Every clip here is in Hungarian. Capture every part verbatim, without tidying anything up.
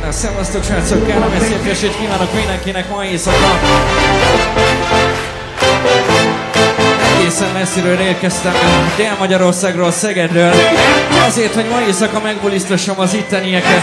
Na, szevasztok srácok, kellemes szép estét kívánok mindenkinek ma éjszaka. Egészen messziről érkeztem, Dél-Magyarországról, Szegedről. Azért, hogy ma éjszaka megbulisztassam az ittenieket.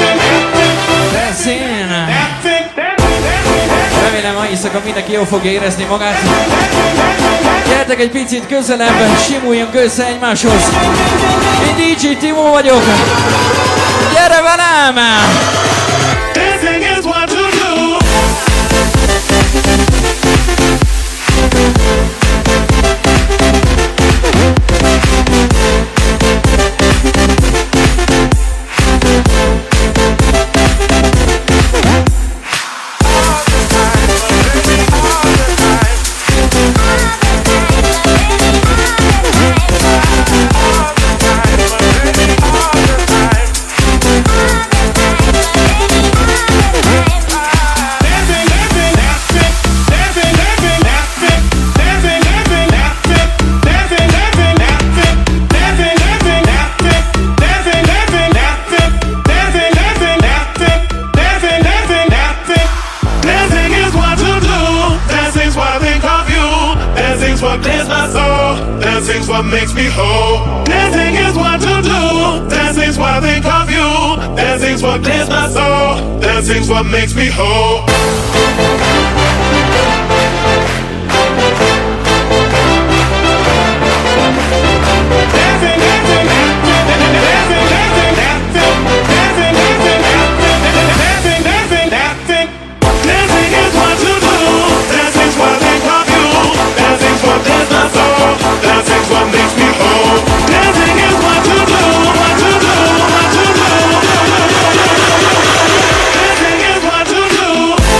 Teszén! Remélem ma éjszaka mindenki jól fogja érezni magát. Gyertek egy picit közelebb, simuljunk össze egymáshoz. Én dé dzsé Timo vagyok. Gyere velem! Dancing is what to do. Dancing's what makes me whole. Dancing is what to do. Dancing's what I think of you. Dancing's what clears my soul. Dancing's what makes me whole. Dancing, dancing, dancing, dancing, dancing, dancing, dancing, dancing, dancing, dancing. Dancing is what to do. Dancing's what I think of you. Dancing's what clears my soul. Dancing's what makes me whole. Dancing is what to do, what to do, what to do. Dancing is what to do.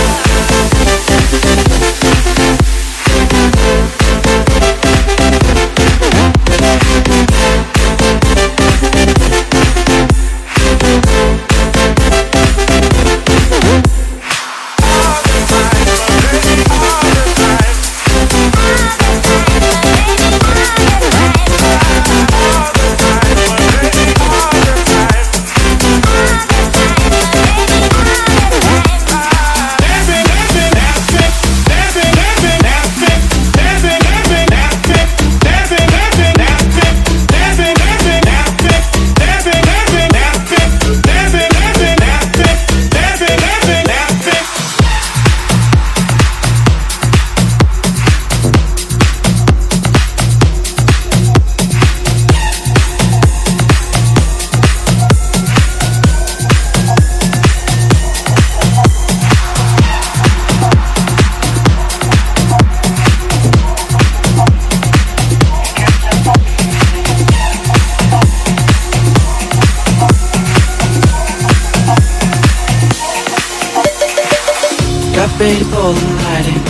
Ready for the lighting.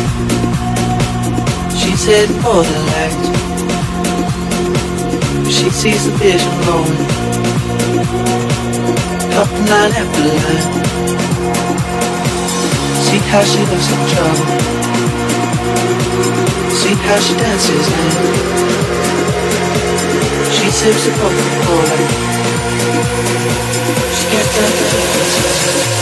She's heading for the light. She sees the vision glowing, up line after line. See how she looks in trouble. See how she dances now. She sips the Coca-Cola. She gets up the difference.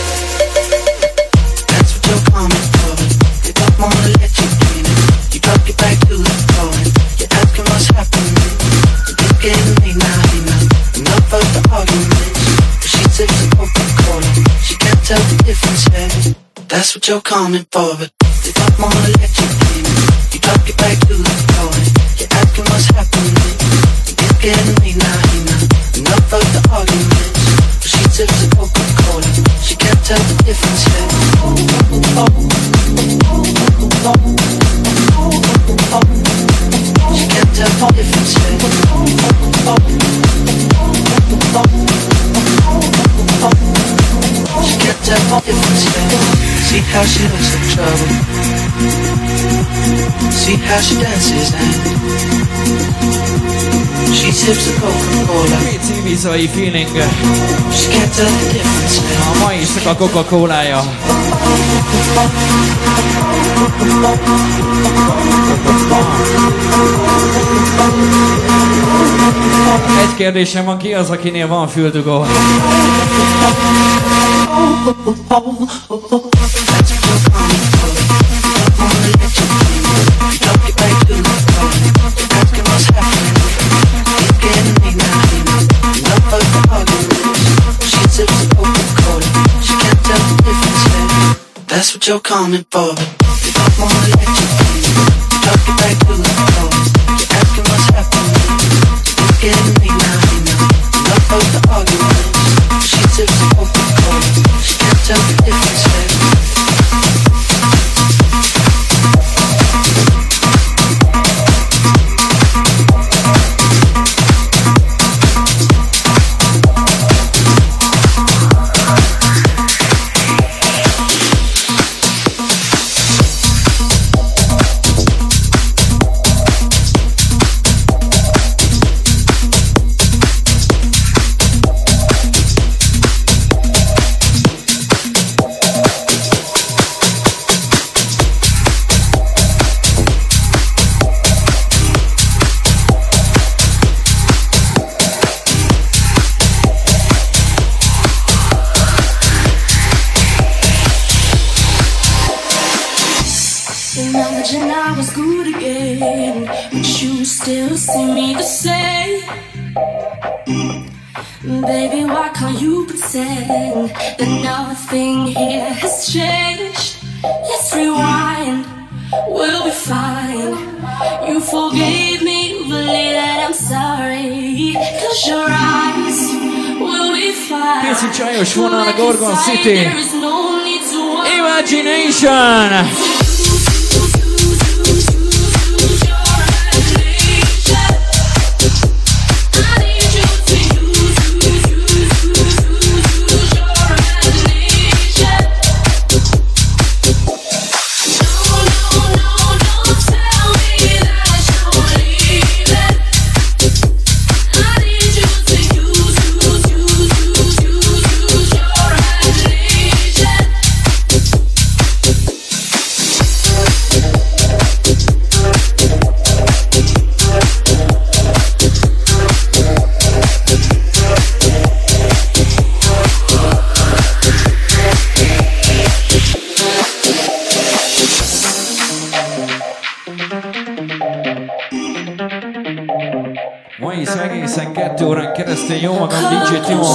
They don't wanna let you in it. You drop your back to the floor and you're asking what's happening. It's getting late now, hey now. Enough of the arguments. But she takes a Coca-Cola. She can't tell the difference, hey. That's what you're coming for, but they don't wanna let you in it. You drop your back to the floor and you're asking what's happening. It's getting late now, hey now. Enough of the arguments. But she takes a Coca-Cola. She can't tell the difference, hey. She can't tell the difference, hey. She can't tell the difference, hey. See how she looks in trouble. See how she dances and she sips the Coca-Cola. Pici vizai feeling. She can't tell the difference now. A mai is a Coca-Colája. Egy kérdésem van, ki az, akinél van füldugó? That's what you're coming for. You don't wanna let you be. You drop it back to the floor. You're asking what's happening. It's getting late now, you know. Enough of the arguments. She tips the Coca-Cola. She can't tell the difference, baby. Imagine I was good again, but you still see me the same. Baby, why can't you pretend that nothing here has changed? Let's rewind, we'll be fine. You forgave me, believe that I'm sorry. Close your eyes, we'll be fine. Pici csajos vonal a Gorgon City. There is no need to worry. Imagination! Keresztül jó magam, dé dzsé Timo.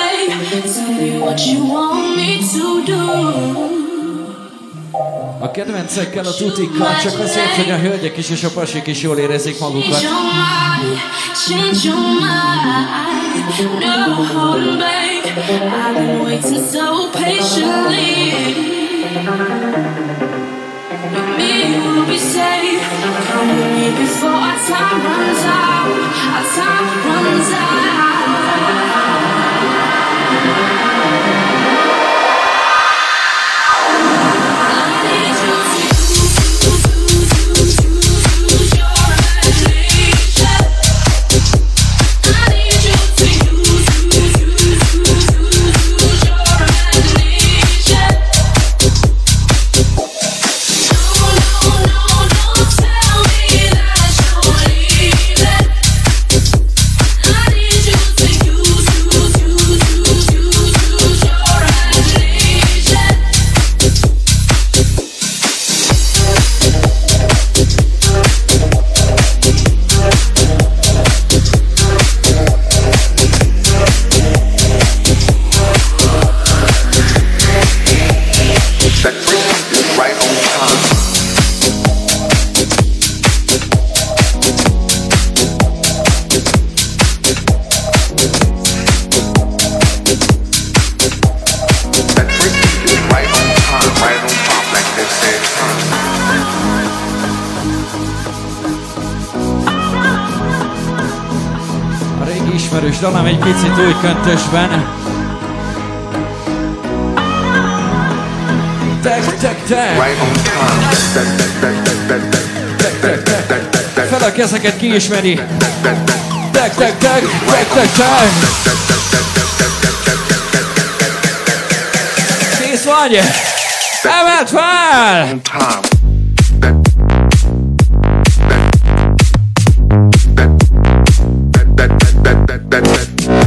A kedvencekkel, a tutikkal, csak azért, hogy a hölgyek is és a pasik is jól érezzék magukat. Me, you'll be safe. Come with me before our time runs out. Our time runs out. I need you to use your imagination. I need you to use, use, use, use your imagination. Ismerős dalám egy picit új köntösben. Tek, tek, tek. Right on time. That, that, that, that, that, that, Tek, tek, tek. that, that, that, Fel a kezeket ki ismeri. that, that, that. Tek, tek, tek, tek, tek, tek. Kész vagy? Emelt fel! On time. That, that, that, that, that, that, that.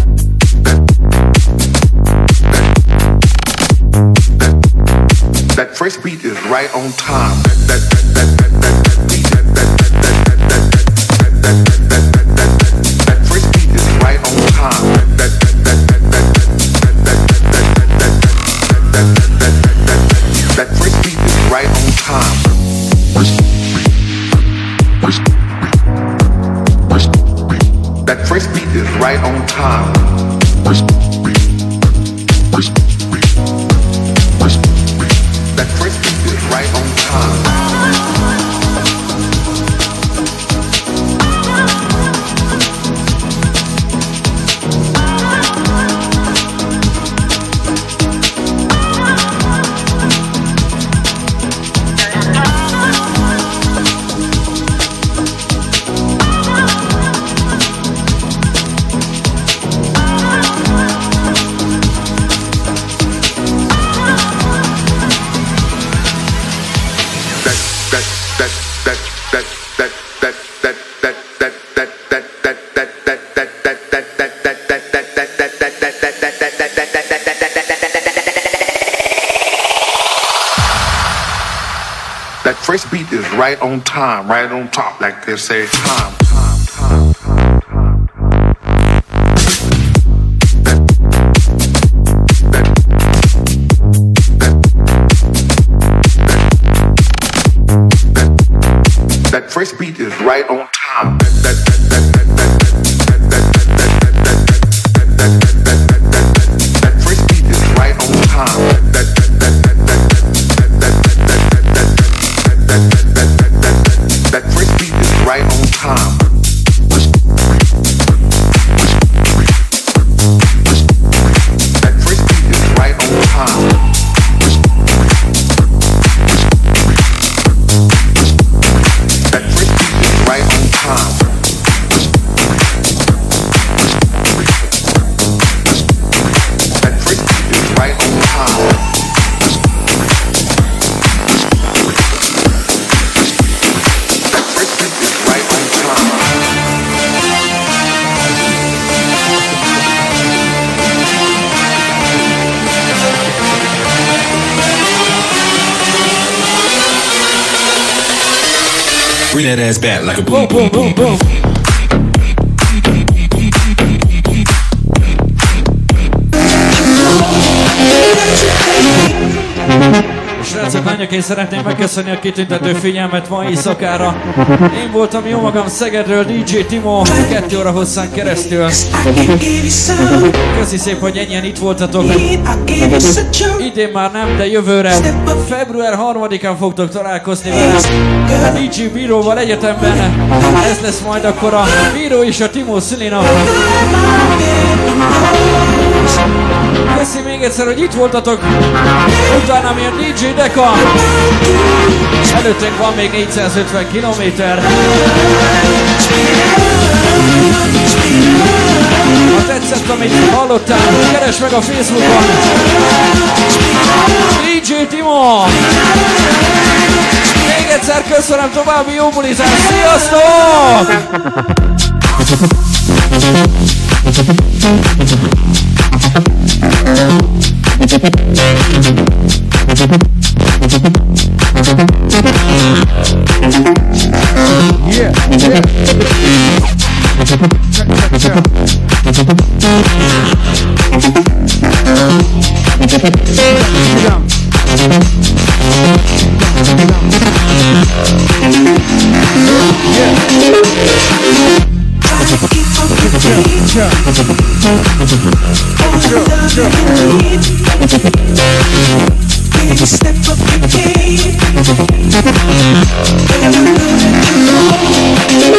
That first beat is right on time. That that that that that that beat that that that that that that that that that that first beat is right on time. That that that that that that that that that that first beat is right on time. That first beat is right on time. That first beat is right on time. That first beat is right on time, right on top, like they say, time, time, time, time, time, That, that, that, that, that first beat is right on time. That, that, that, that, that, that, that, that, that, that, that, that first beat is right on time. That, that, that, that, that, that, that, that first beat is right on time. That first beat is right on time. That first beat is right on time. That first beat is right on time. Bring that ass back like a Boom, boom, boom, boom, boom. Srácok, lányok, én szeretném megköszönni a kitüntető figyelmet ma éjszakára. Én voltam jó magam Szegedről, dé dzsé Timo, kettő óra hosszán keresztül. Köszi szép, hogy ennyien itt voltatok. Idén már nem, de jövőre, február harmadikán fogtok találkozni velem. dé dzsé Bíróval egyetemben. Ez lesz majd akkor a Bíró és a Timo szülinap. Köszi még egyszer, hogy itt voltatok. Utána mi a dé dzsé Deka. Előttünk van még négyszázötven kilométer. Ha tetszett, amit hallottál, keresd meg a Facebookon. dé dzsé Timo. Még egyszer köszönöm, további jó bulizást. Sziasztok! Yeah, yeah. Step up your game.